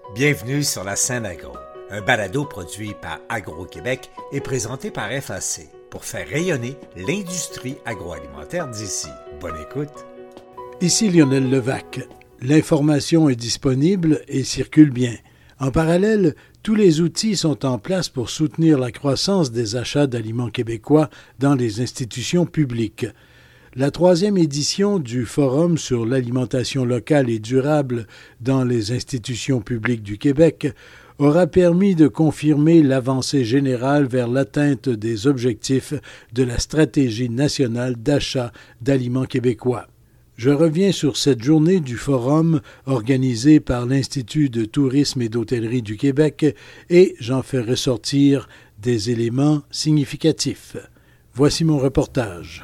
Bienvenue sur la scène agro, un balado produit par Agro-Québec et présenté par FAC pour faire rayonner l'industrie agroalimentaire d'ici. Bonne écoute. Ici Lionel Levac. L'information est disponible et circule bien. En parallèle, tous les outils sont en place pour soutenir la croissance des achats d'aliments québécois dans les institutions publiques. La 3e édition du Forum sur l'alimentation locale et durable dans les institutions publiques du Québec aura permis de confirmer l'avancée générale vers l'atteinte des objectifs de la stratégie nationale d'achat d'aliments québécois. Je reviens sur cette journée du Forum organisée par l'Institut de tourisme et d'hôtellerie du Québec et j'en fais ressortir des éléments significatifs. Voici mon reportage.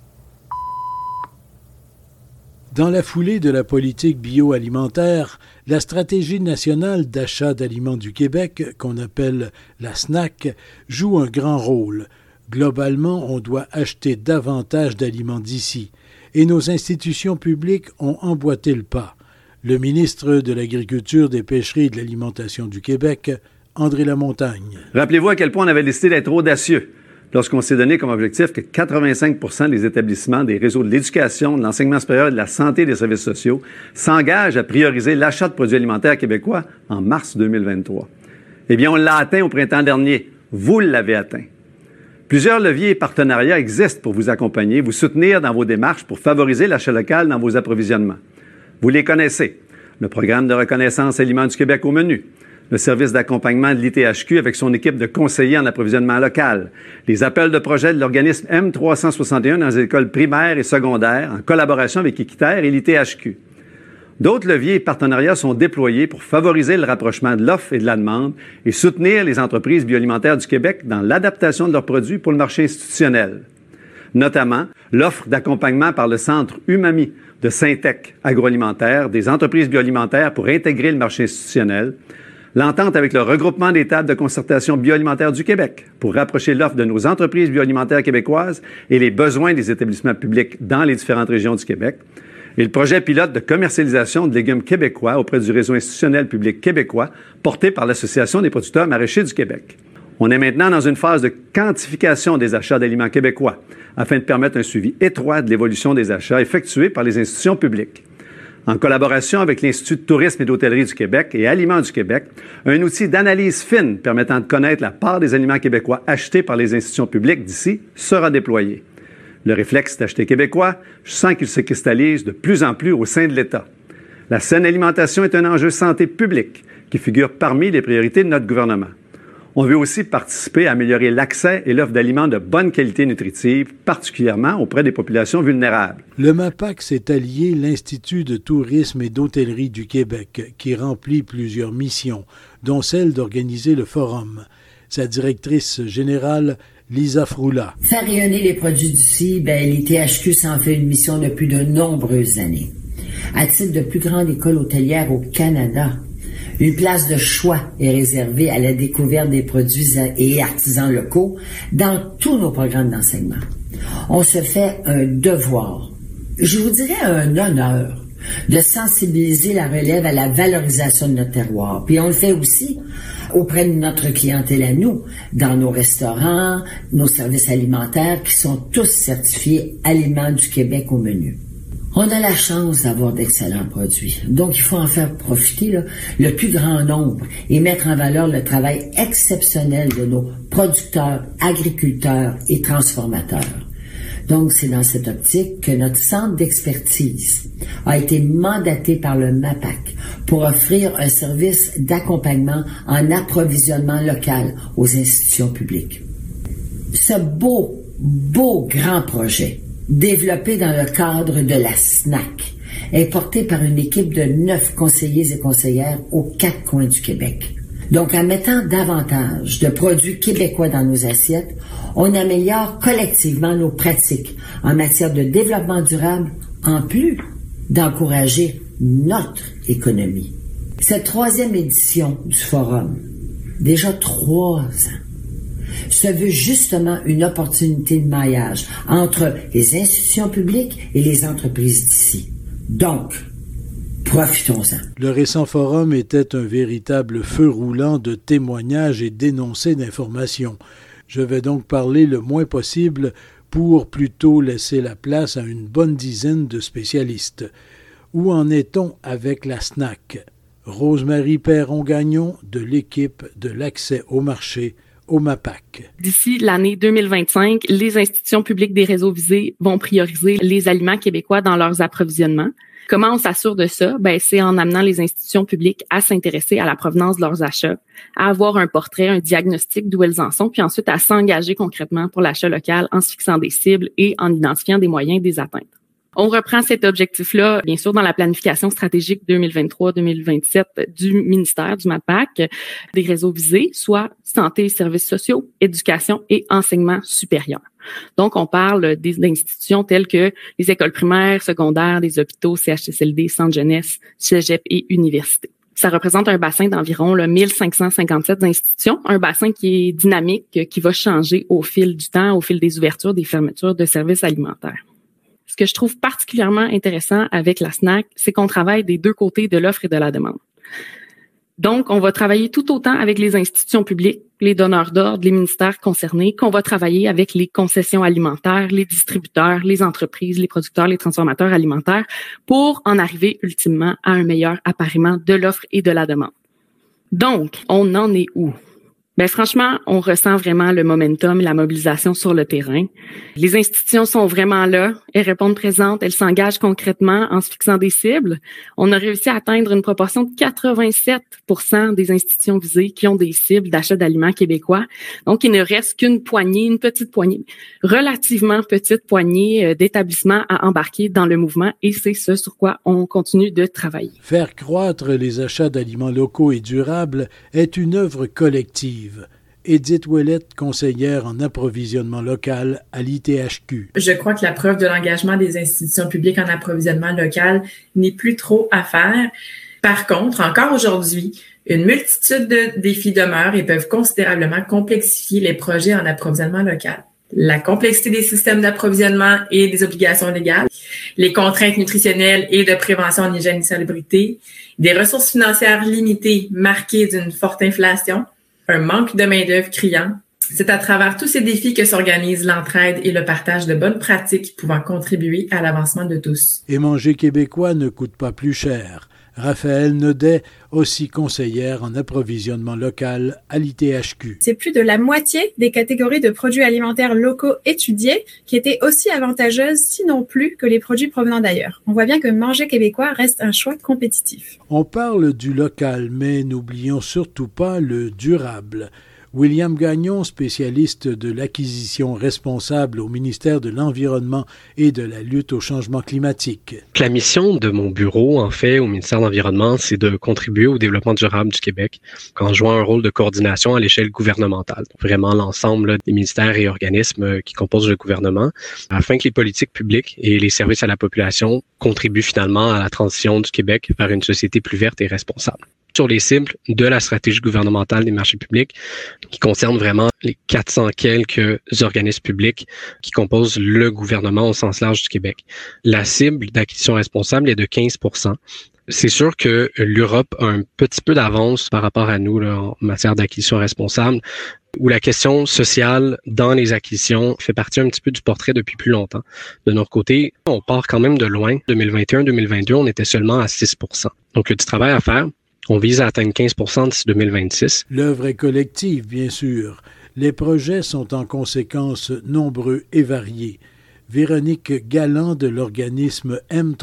Dans la foulée de la politique bioalimentaire, la Stratégie nationale d'achat d'aliments du Québec, qu'on appelle la SNAC, joue un grand rôle. Globalement, on doit acheter davantage d'aliments d'ici, et nos institutions publiques ont emboîté le pas. Le ministre de l'Agriculture, des Pêcheries et de l'Alimentation du Québec, André Lamontagne. Rappelez-vous à quel point on avait décidé d'être audacieux lorsqu'on s'est donné comme objectif que 85 % des établissements des réseaux de l'éducation, de l'enseignement supérieur et de la santé et des services sociaux s'engagent à prioriser l'achat de produits alimentaires québécois en mars 2023. Eh bien, on l'a atteint au printemps dernier. Vous l'avez atteint. Plusieurs leviers et partenariats existent pour vous accompagner, vous soutenir dans vos démarches pour favoriser l'achat local dans vos approvisionnements. Vous les connaissez. Le programme de reconnaissance Aliments du Québec au menu, le service d'accompagnement de l'ITHQ avec son équipe de conseillers en approvisionnement local, les appels de projet de l'organisme M361 dans les écoles primaires et secondaires en collaboration avec Équiterre et l'ITHQ. D'autres leviers et partenariats sont déployés pour favoriser le rapprochement de l'offre et de la demande et soutenir les entreprises bioalimentaires du Québec dans l'adaptation de leurs produits pour le marché institutionnel. Notamment, l'offre d'accompagnement par le Centre Umami de Syntec agroalimentaire des entreprises bioalimentaires pour intégrer le marché institutionnel, l'entente avec le regroupement des tables de concertation bioalimentaire du Québec pour rapprocher l'offre de nos entreprises bioalimentaires québécoises et les besoins des établissements publics dans les différentes régions du Québec, et le projet pilote de commercialisation de légumes québécois auprès du réseau institutionnel public québécois porté par l'Association des producteurs maraîchers du Québec. On est maintenant dans une phase de quantification des achats d'aliments québécois afin de permettre un suivi étroit de l'évolution des achats effectués par les institutions publiques. En collaboration avec l'Institut de tourisme et d'hôtellerie du Québec et Aliments du Québec, un outil d'analyse fine permettant de connaître la part des aliments québécois achetés par les institutions publiques d'ici sera déployé. Le réflexe d'acheter québécois, je sens qu'il se cristallise de plus en plus au sein de l'État. La saine alimentation est un enjeu santé publique qui figure parmi les priorités de notre gouvernement. On veut aussi participer à améliorer l'accès et l'offre d'aliments de bonne qualité nutritive, particulièrement auprès des populations vulnérables. Le MAPAQ s'est allié l'Institut de tourisme et d'hôtellerie du Québec, qui remplit plusieurs missions, dont celle d'organiser le forum. Sa directrice générale, Lisa Froula. Faire rayonner les produits d'ici, l'ITHQ s'en fait une mission depuis de nombreuses années. À titre de plus grande école hôtelière au Canada, une place de choix est réservée à la découverte des produits et artisans locaux dans tous nos programmes d'enseignement. On se fait un devoir, je vous dirais un honneur, de sensibiliser la relève à la valorisation de notre terroir. Puis on le fait aussi auprès de notre clientèle à nous, dans nos restaurants, nos services alimentaires qui sont tous certifiés Aliments du Québec au menu. On a la chance d'avoir d'excellents produits. Donc, il faut en faire profiter le plus grand nombre et mettre en valeur le travail exceptionnel de nos producteurs, agriculteurs et transformateurs. Donc, c'est dans cette optique que notre centre d'expertise a été mandaté par le MAPAQ pour offrir un service d'accompagnement en approvisionnement local aux institutions publiques. Ce beau grand projet développé dans le cadre de la SNAC, est porté par une équipe de 9 conseillers et conseillères aux 4 coins du Québec. Donc, en mettant davantage de produits québécois dans nos assiettes, on améliore collectivement nos pratiques en matière de développement durable, en plus d'encourager notre économie. Cette 3e édition du Forum, déjà 3 ans, se veut justement une opportunité de maillage entre les institutions publiques et les entreprises d'ici. Donc, Profitons-en. Le récent forum était un véritable feu roulant de témoignages et d'énoncés d'informations. Je vais donc parler le moins possible pour plutôt laisser la place à une bonne dizaine de spécialistes. Où en est-on avec la SNAC? Rose-Marie Perron-Gagnon de l'équipe de l'accès au marché au MAPAC. D'ici l'année 2025, les institutions publiques des réseaux visés vont prioriser les aliments québécois dans leurs approvisionnements. Comment on s'assure de ça? C'est en amenant les institutions publiques à s'intéresser à la provenance de leurs achats, à avoir un portrait, un diagnostic d'où elles en sont, puis ensuite à s'engager concrètement pour l'achat local en se fixant des cibles et en identifiant des moyens de les atteindre. On reprend cet objectif-là, bien sûr, dans la planification stratégique 2023-2027 du ministère du MAPAC, des réseaux visés, soit santé et services sociaux, éducation et enseignement supérieur. Donc, on parle d'institutions telles que les écoles primaires, secondaires, des hôpitaux, CHSLD, centres jeunesse, cégep et universités. Ça représente un bassin d'environ 1557 institutions, un bassin qui est dynamique, qui va changer au fil du temps, au fil des ouvertures, des fermetures de services alimentaires. Ce que je trouve particulièrement intéressant avec la SNAC, c'est qu'on travaille des deux côtés de l'offre et de la demande. Donc, on va travailler tout autant avec les institutions publiques, les donneurs d'ordre, les ministères concernés, qu'on va travailler avec les concessions alimentaires, les distributeurs, les entreprises, les producteurs, les transformateurs alimentaires, pour en arriver ultimement à un meilleur appariement de l'offre et de la demande. Donc, on en est où? Franchement, on ressent vraiment le momentum et la mobilisation sur le terrain. Les institutions sont vraiment là, elles répondent présentes, elles s'engagent concrètement en se fixant des cibles. On a réussi à atteindre une proportion de 87% des institutions visées qui ont des cibles d'achat d'aliments québécois. Donc, il ne reste qu'une poignée, une petite poignée, relativement petite poignée d'établissements à embarquer dans le mouvement et c'est ce sur quoi on continue de travailler. Faire croître les achats d'aliments locaux et durables est une œuvre collective. Edith Ouellette, conseillère en approvisionnement local à l'ITHQ. Je crois que la preuve de l'engagement des institutions publiques en approvisionnement local n'est plus trop à faire. Par contre, encore aujourd'hui, une multitude de défis demeurent et peuvent considérablement complexifier les projets en approvisionnement local. La complexité des systèmes d'approvisionnement et des obligations légales, les contraintes nutritionnelles et de prévention en hygiène et salubrité, des ressources financières limitées marquées d'une forte inflation, un manque de main-d'œuvre criant. C'est à travers tous ces défis que s'organise l'entraide et le partage de bonnes pratiques pouvant contribuer à l'avancement de tous. Et manger québécois ne coûte pas plus cher. Raphaël Naudet, aussi conseillère en approvisionnement local à l'ITHQ. C'est plus de la moitié des catégories de produits alimentaires locaux étudiés qui étaient aussi avantageuses, sinon plus, que les produits provenant d'ailleurs. On voit bien que manger québécois reste un choix compétitif. On parle du local, mais n'oublions surtout pas le durable. William Gagnon, spécialiste de l'acquisition responsable au ministère de l'Environnement et de la lutte au changement climatique. La mission de mon bureau, en fait, au ministère de l'Environnement, c'est de contribuer au développement durable du Québec en jouant un rôle de coordination à l'échelle gouvernementale. Vraiment l'ensemble des ministères et organismes qui composent le gouvernement, afin que les politiques publiques et les services à la population contribuent finalement à la transition du Québec vers une société plus verte et responsable. Sur les cibles de la stratégie gouvernementale des marchés publics qui concerne vraiment les 400 quelques organismes publics qui composent le gouvernement au sens large du Québec. La cible d'acquisition responsable est de 15%. C'est sûr que l'Europe a un petit peu d'avance par rapport à nous là, en matière d'acquisition responsable, où la question sociale dans les acquisitions fait partie un petit peu du portrait depuis plus longtemps. De notre côté, on part quand même de loin. 2021-2022, on était seulement à 6%. Donc, il y a du travail à faire. On vise à atteindre 15% d'ici 2026. L'œuvre est collective, bien sûr. Les projets sont en conséquence nombreux et variés. Véronique Galland de l'organisme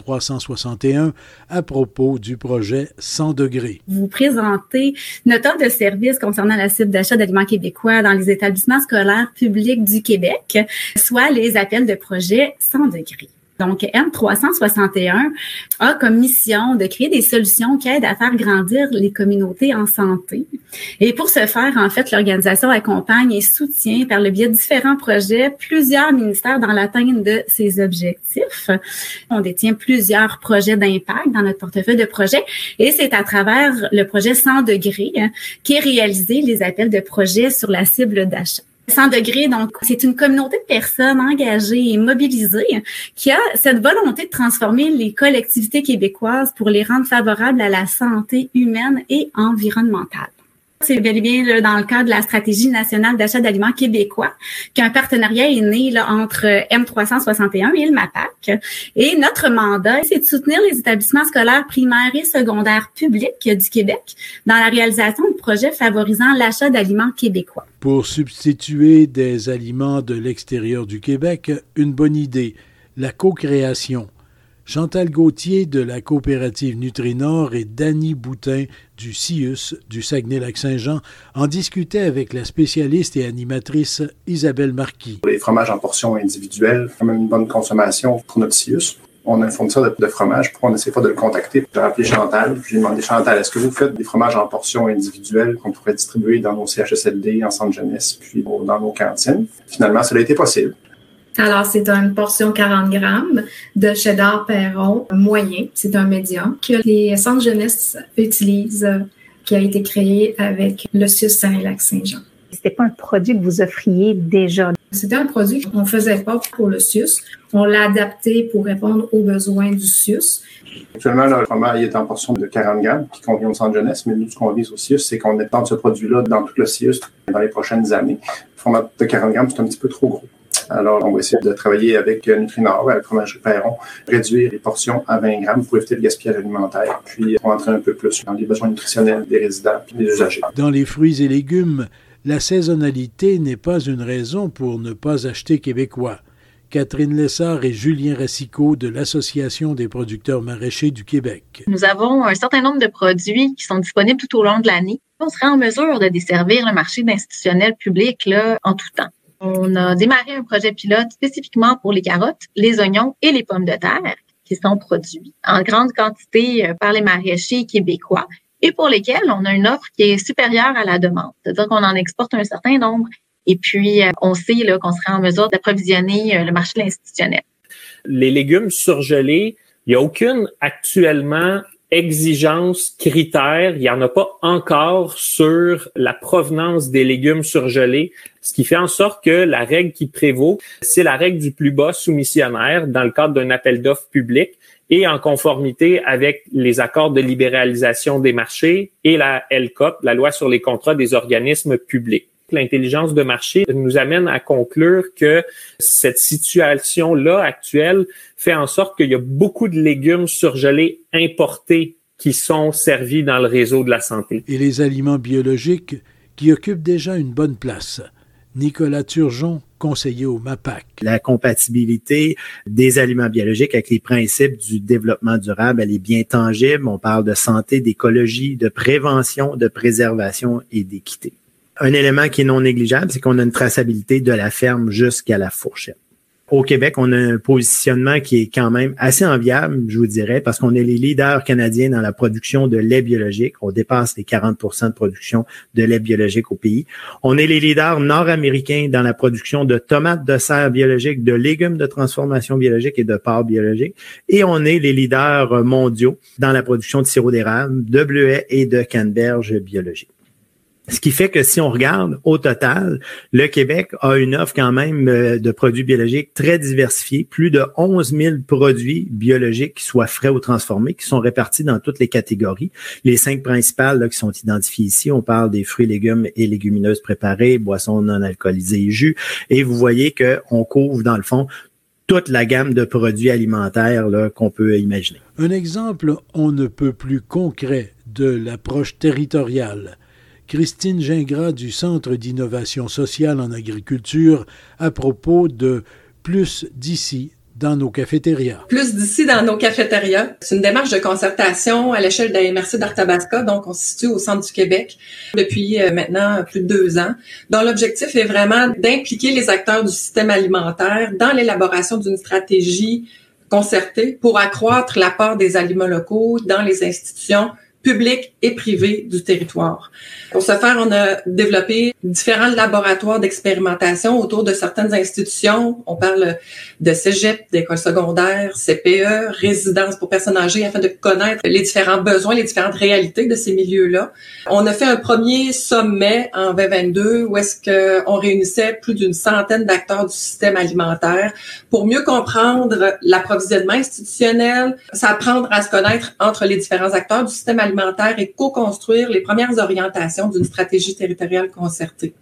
M361 à propos du projet 100 degrés. Vous présentez notre offre de services concernant la cible d'achat d'aliments québécois dans les établissements scolaires publics du Québec, soit les appels de projet 100 degrés. Donc, M361 a comme mission de créer des solutions qui aident à faire grandir les communautés en santé. Et pour ce faire, en fait, l'organisation accompagne et soutient par le biais de différents projets plusieurs ministères dans l'atteinte de ces objectifs. On détient plusieurs projets d'impact dans notre portefeuille de projets et c'est à travers le projet 100 degrés qu'est réalisé les appels de projets sur la cible d'achat. 100 degrés, donc c'est une communauté de personnes engagées et mobilisées qui a cette volonté de transformer les collectivités québécoises pour les rendre favorables à la santé humaine et environnementale. C'est bel et bien là, dans le cadre de la stratégie nationale d'achat d'aliments québécois qu'un partenariat est né là, entre M361 et le MAPAC. Et notre mandat, c'est de soutenir les établissements scolaires primaires et secondaires publics du Québec dans la réalisation de projets favorisant l'achat d'aliments québécois. Pour substituer des aliments de l'extérieur du Québec, une bonne idée, la co-création. Chantal Gauthier de la coopérative Nutrinor et Dany Boutin du CIUS du Saguenay-Lac-Saint-Jean en discutaient avec la spécialiste et animatrice Isabelle Marquis. Les fromages en portions individuelles, quand même une bonne consommation pour notre CIUS. On a un fournisseur de fromage, on essaie pas de le contacter. J'ai appelé Chantal, j'ai demandé Chantal, est-ce que vous faites des fromages en portions individuelles qu'on pourrait distribuer dans nos CHSLD, en centre jeunesse, puis dans nos cantines? Finalement, ça a été possible. Alors, c'est une portion 40 grammes de cheddar Perron moyen. C'est un médium que les centres jeunesse utilisent, qui a été créé avec le CIUS Saguenay-Lac-Saint-Jean. C'était pas un produit que vous offriez déjà? C'était un produit qu'on faisait pas pour le CIUS. On l'a adapté pour répondre aux besoins du CIUS. Actuellement, le fromage est en portion de 40 grammes qui convient au centre jeunesse, mais nous, ce qu'on vise au CIUS, c'est qu'on étende ce produit-là dans tout le CIUS dans les prochaines années. Le fromage de 40 grammes, c'est un petit peu trop gros. Alors, on va essayer de travailler avec Nutrinor, avec Fromagerie Perron, réduire les portions à 20 grammes pour éviter le gaspillage alimentaire, puis rentrer un peu plus dans les besoins nutritionnels des résidents et des usagers. Dans les fruits et légumes, la saisonnalité n'est pas une raison pour ne pas acheter québécois. Catherine Lessard et Julien Racicot de l'Association des producteurs maraîchers du Québec. Nous avons un certain nombre de produits qui sont disponibles tout au long de l'année. On serait en mesure de desservir le marché institutionnel public là, en tout temps. On a démarré un projet pilote spécifiquement pour les carottes, les oignons et les pommes de terre qui sont produits en grande quantité par les maraîchers québécois et pour lesquels on a une offre qui est supérieure à la demande. C'est-à-dire qu'on en exporte un certain nombre et puis on sait là, qu'on serait en mesure d'approvisionner le marché institutionnel. Les légumes surgelés, il n'y a aucune actuellement exigence, critère, il n'y en a pas encore sur la provenance des légumes surgelés, ce qui fait en sorte que la règle qui prévaut, c'est la règle du plus bas soumissionnaire dans le cadre d'un appel d'offres public et en conformité avec les accords de libéralisation des marchés et la LCOP, la loi sur les contrats des organismes publics. L'intelligence de marché nous amène à conclure que cette situation-là actuelle fait en sorte qu'il y a beaucoup de légumes surgelés importés qui sont servis dans le réseau de la santé. Et les aliments biologiques qui occupent déjà une bonne place. Nicolas Turgeon, conseiller au MAPAC. La compatibilité des aliments biologiques avec les principes du développement durable, elle est bien tangible. On parle de santé, d'écologie, de prévention, de préservation et d'équité. Un élément qui est non négligeable, c'est qu'on a une traçabilité de la ferme jusqu'à la fourchette. Au Québec, on a un positionnement qui est quand même assez enviable, je vous dirais, parce qu'on est les leaders canadiens dans la production de lait biologique. On dépasse les 40% de production de lait biologique au pays. On est les leaders nord-américains dans la production de tomates de serre biologiques, de légumes de transformation biologique et de porc biologique. Et on est les leaders mondiaux dans la production de sirop d'érable, de bleuets et de canneberge biologiques. Ce qui fait que si on regarde au total, le Québec a une offre quand même de produits biologiques très diversifiée, plus de 11 000 produits biologiques qui soient frais ou transformés, qui sont répartis dans toutes les catégories. Les 5 principales là, qui sont identifiées ici, on parle des fruits, légumes et légumineuses préparées, boissons non alcoolisées et jus. Et vous voyez qu'on couvre dans le fond toute la gamme de produits alimentaires là, qu'on peut imaginer. Un exemple on ne peut plus concret de l'approche territoriale. Christine Gingras du Centre d'innovation sociale en agriculture à propos de Plus d'ici dans nos cafétérias. Plus d'ici dans nos cafétérias, c'est une démarche de concertation à l'échelle de la MRC d'Arthabasca, donc on se situe au centre du Québec depuis maintenant plus de 2 ans, dont l'objectif est vraiment d'impliquer les acteurs du système alimentaire dans l'élaboration d'une stratégie concertée pour accroître l'apport des aliments locaux dans les institutions publiques et privés du territoire. Pour ce faire, on a développé différents laboratoires d'expérimentation autour de certaines institutions. On parle de cégep, d'écoles secondaires, CPE, résidences pour personnes âgées, afin de connaître les différents besoins, les différentes réalités de ces milieux-là. On a fait un premier sommet en 2022 où est-ce qu'on réunissait plus d'une centaine d'acteurs du système alimentaire pour mieux comprendre l'approvisionnement institutionnel, s'apprendre à se connaître entre les différents acteurs du système alimentaire et co-construire les premières orientations d'une stratégie territoriale concertée.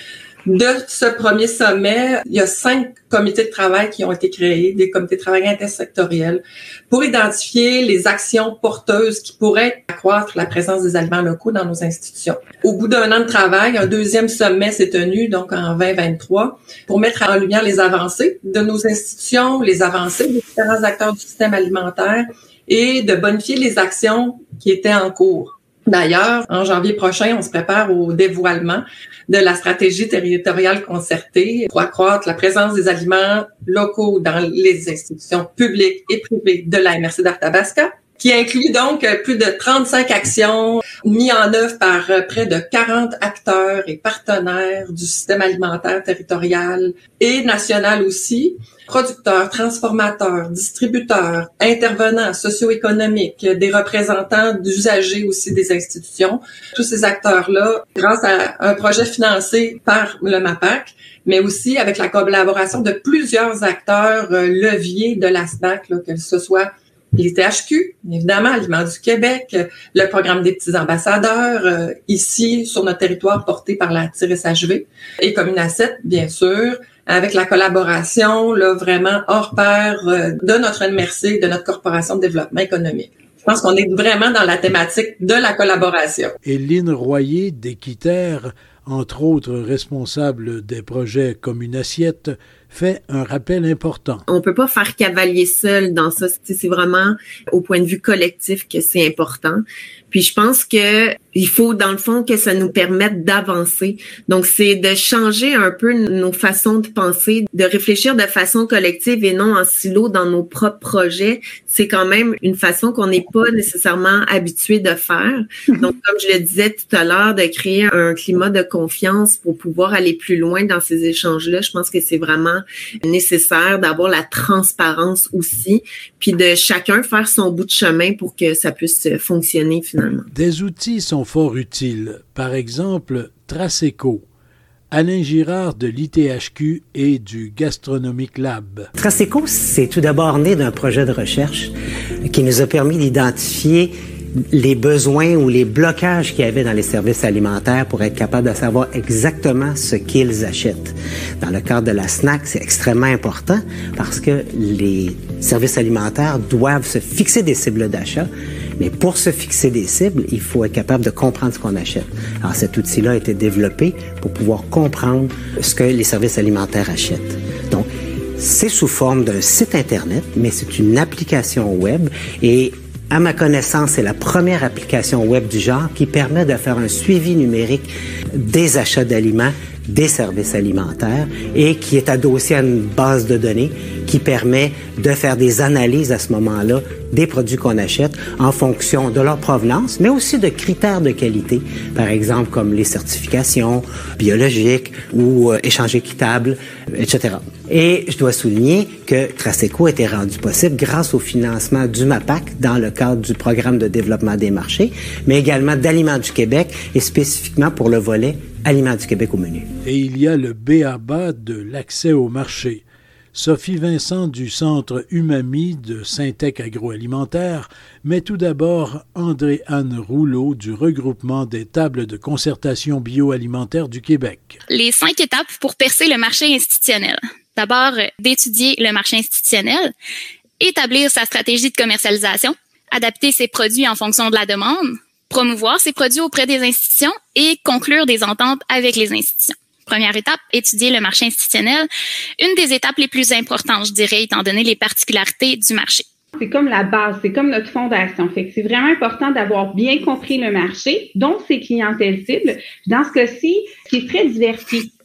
De ce premier sommet, il y a 5 comités de travail qui ont été créés, des comités de travail intersectoriels, pour identifier les actions porteuses qui pourraient accroître la présence des aliments locaux dans nos institutions. Au bout d'un an de travail, un deuxième sommet s'est tenu, donc en 2023, pour mettre en lumière les avancées de nos institutions, les avancées des différents acteurs du système alimentaire et de bonifier les actions qui étaient en cours. D'ailleurs, en janvier prochain, on se prépare au dévoilement de la stratégie territoriale concertée pour accroître la présence des aliments locaux dans les institutions publiques et privées de la MRC d'Arthabasca, qui inclut donc plus de 35 actions mises en œuvre par près de 40 acteurs et partenaires du système alimentaire territorial et national aussi, producteurs, transformateurs, distributeurs, intervenants socio-économiques, des représentants d'usagers aussi des institutions. Tous ces acteurs-là, grâce à un projet financé par le MAPAC, mais aussi avec la collaboration de plusieurs acteurs leviers de la SNAC, que ce soit les THQ, évidemment, Aliments du Québec, le programme des petits ambassadeurs, ici sur notre territoire porté par la TIR-SHV, et Communacet, bien sûr, avec la collaboration là vraiment hors pair de notre MRC, de notre Corporation de développement économique. Je pense qu'on est vraiment dans la thématique de la collaboration. Et Lynn Royer d'Équiterre, entre autres responsable des projets Communassiette, fait un rappel important. On peut pas faire cavalier seul dans ça. C'est vraiment au point de vue collectif que c'est important. Puis je pense que il faut, dans le fond, que ça nous permette d'avancer. Donc, c'est de changer un peu nos façons de penser, de réfléchir de façon collective et non en silo dans nos propres projets. C'est quand même une façon qu'on n'est pas nécessairement habitué de faire. Donc, comme je le disais tout à l'heure, de créer un climat de confiance pour pouvoir aller plus loin dans ces échanges-là, je pense que c'est vraiment nécessaire d'avoir la transparence aussi, puis de chacun faire son bout de chemin pour que ça puisse fonctionner finalement. Des outils sont fort utiles. Par exemple, Traceco. Alain Girard de l'ITHQ et du Gastronomic Lab. Traceco, c'est tout d'abord né d'un projet de recherche qui nous a permis d'identifier les besoins ou les blocages qu'il y avait dans les services alimentaires pour être capable de savoir exactement ce qu'ils achètent. Dans le cadre de la SNAC, c'est extrêmement important parce que les services alimentaires doivent se fixer des cibles d'achat, mais pour se fixer des cibles, il faut être capable de comprendre ce qu'on achète. Alors cet outil-là a été développé pour pouvoir comprendre ce que les services alimentaires achètent. Donc, c'est sous forme d'un site Internet, mais c'est une application web et à ma connaissance, c'est la première application web du genre qui permet de faire un suivi numérique des achats d'aliments, des services alimentaires et qui est adossé à une base de données qui permet de faire des analyses à ce moment-là des produits qu'on achète en fonction de leur provenance, mais aussi de critères de qualité, par exemple comme les certifications biologiques ou échange équitable, etc. Et je dois souligner que Traceco a été rendu possible grâce au financement du MAPAC dans le cadre du programme de développement des marchés, mais également d'Aliments du Québec et spécifiquement pour le volet Aliments du Québec au menu. Et il y a le b.a.-ba de l'accès au marché. Sophie Vincent du Centre Umami de Syntec Agroalimentaire, mais tout d'abord André-Anne Rouleau du regroupement des tables de concertation bioalimentaire du Québec. Les 5 étapes pour percer le marché institutionnel. D'abord, d'étudier le marché institutionnel, établir sa stratégie de commercialisation, adapter ses produits en fonction de la demande, promouvoir ses produits auprès des institutions et conclure des ententes avec les institutions. Première étape, étudier le marché institutionnel. Une des étapes les plus importantes, je dirais, étant donné les particularités du marché. C'est comme la base, c'est comme notre fondation. Fait que c'est vraiment important d'avoir bien compris le marché, dont ses clientèles cibles. Dans ce cas-ci, qui est très diversifié.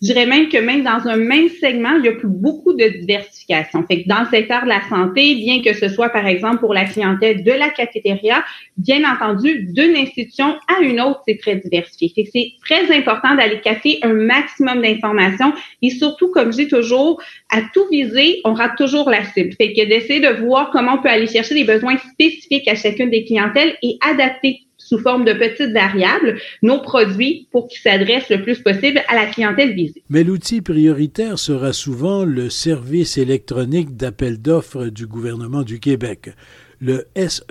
Je dirais même que même dans un même segment, il y a plus beaucoup de diversification. Fait que dans le secteur de la santé, bien que ce soit par exemple pour la clientèle de la cafétéria, bien entendu, d'une institution à une autre, c'est très diversifié. Fait que c'est très important d'aller capter un maximum d'informations et surtout, comme je dis toujours, à tout viser, on rate toujours la cible. Fait que d'essayer de voir comment on peut aller chercher des besoins spécifiques à chacune des clientèles et adapter sous forme de petites variables nos produits pour qu'ils s'adressent le plus possible à la clientèle visée. Mais l'outil prioritaire sera souvent le service électronique d'appel d'offres du gouvernement du Québec, le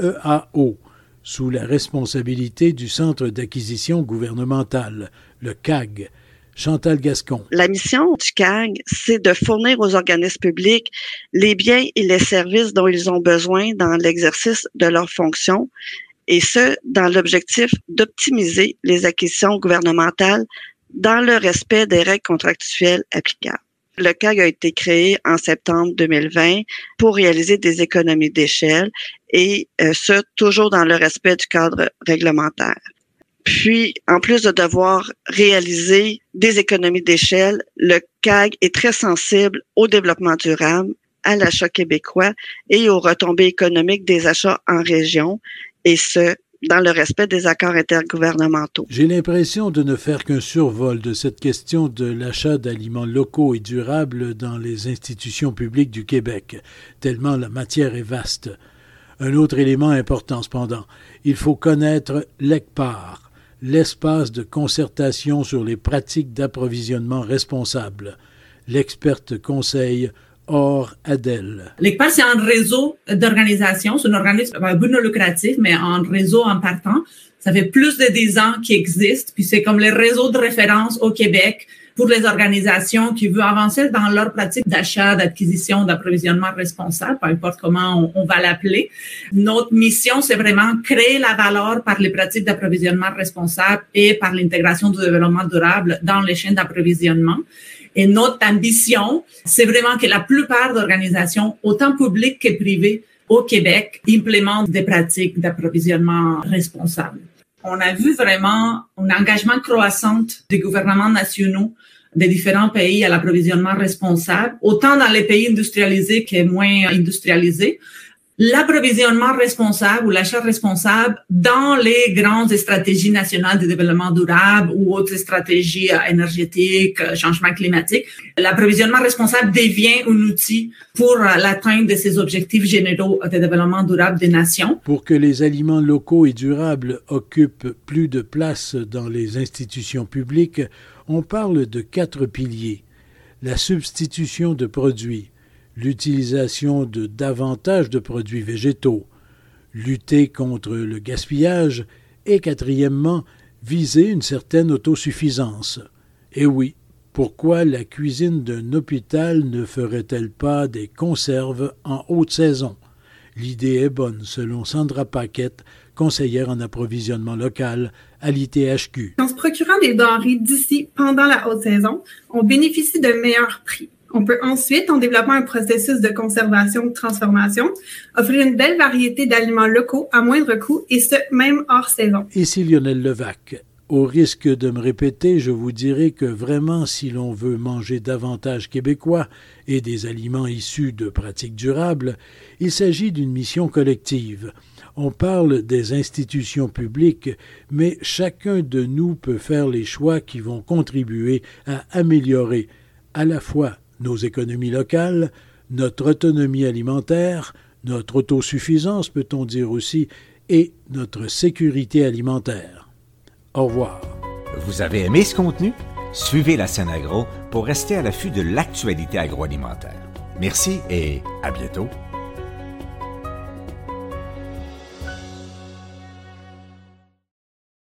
SEAO, sous la responsabilité du Centre d'acquisition gouvernementale, le CAG. Chantal Gascon. La mission du CAG, c'est de fournir aux organismes publics les biens et les services dont ils ont besoin dans l'exercice de leurs fonctions, et ce, dans l'objectif d'optimiser les acquisitions gouvernementales dans le respect des règles contractuelles applicables. Le CAG a été créé en septembre 2020 pour réaliser des économies d'échelle et ce, toujours dans le respect du cadre réglementaire. Puis, en plus de devoir réaliser des économies d'échelle, le CAG est très sensible au développement durable, à l'achat québécois et aux retombées économiques des achats en région, et ce, dans le respect des accords intergouvernementaux. J'ai l'impression de ne faire qu'un survol de cette question de l'achat d'aliments locaux et durables dans les institutions publiques du Québec, tellement la matière est vaste. Un autre élément important, cependant, il faut connaître l'ECPAR, l'espace de concertation sur les pratiques d'approvisionnement responsables. L'experte conseille Or Adèle. L'ECPAR, c'est un réseau d'organisations, c'est un organisme à but non lucratif, mais un réseau en partant. Ça fait plus de 10 ans qu'il existe, puis c'est comme le réseau de référence au Québec pour les organisations qui veulent avancer dans leur pratique d'achat, d'acquisition, d'approvisionnement responsable, peu importe comment on va l'appeler. Notre mission, c'est vraiment créer la valeur par les pratiques d'approvisionnement responsable et par l'intégration du développement durable dans les chaînes d'approvisionnement. Et notre ambition, c'est vraiment que la plupart d'organisations, autant publiques que privées, au Québec, implémentent des pratiques d'approvisionnement responsable. On a vu vraiment un engagement croissant des gouvernements nationaux des différents pays à l'approvisionnement responsable, autant dans les pays industrialisés que moins industrialisés. L'approvisionnement responsable ou l'achat responsable dans les grandes stratégies nationales de développement durable ou autres stratégies énergétiques, changement climatique, l'approvisionnement responsable devient un outil pour l'atteinte de ces objectifs généraux de développement durable des nations. Pour que les aliments locaux et durables occupent plus de place dans les institutions publiques, on parle de 4 piliers. La substitution de produits, l'utilisation de davantage de produits végétaux, lutter contre le gaspillage et, quatrièmement, viser une certaine autosuffisance. Et oui, pourquoi la cuisine d'un hôpital ne ferait-elle pas des conserves en haute saison? L'idée est bonne, selon Sandra Paquette, conseillère en approvisionnement local à l'ITHQ. En se procurant des denrées d'ici pendant la haute saison, on bénéficie de meilleurs prix. On peut ensuite, en développant un processus de conservation ou de transformation, offrir une belle variété d'aliments locaux à moindre coût, et ce, même hors saison. Ici Lionel Levac. Au risque de me répéter, je vous dirai que vraiment, si l'on veut manger davantage québécois et des aliments issus de pratiques durables, il s'agit d'une mission collective. On parle des institutions publiques, mais chacun de nous peut faire les choix qui vont contribuer à améliorer à la fois nos économies locales, notre autonomie alimentaire, notre autosuffisance, peut-on dire aussi, et notre sécurité alimentaire. Au revoir. Vous avez aimé ce contenu? Suivez la scène agro pour rester à l'affût de l'actualité agroalimentaire. Merci et à bientôt.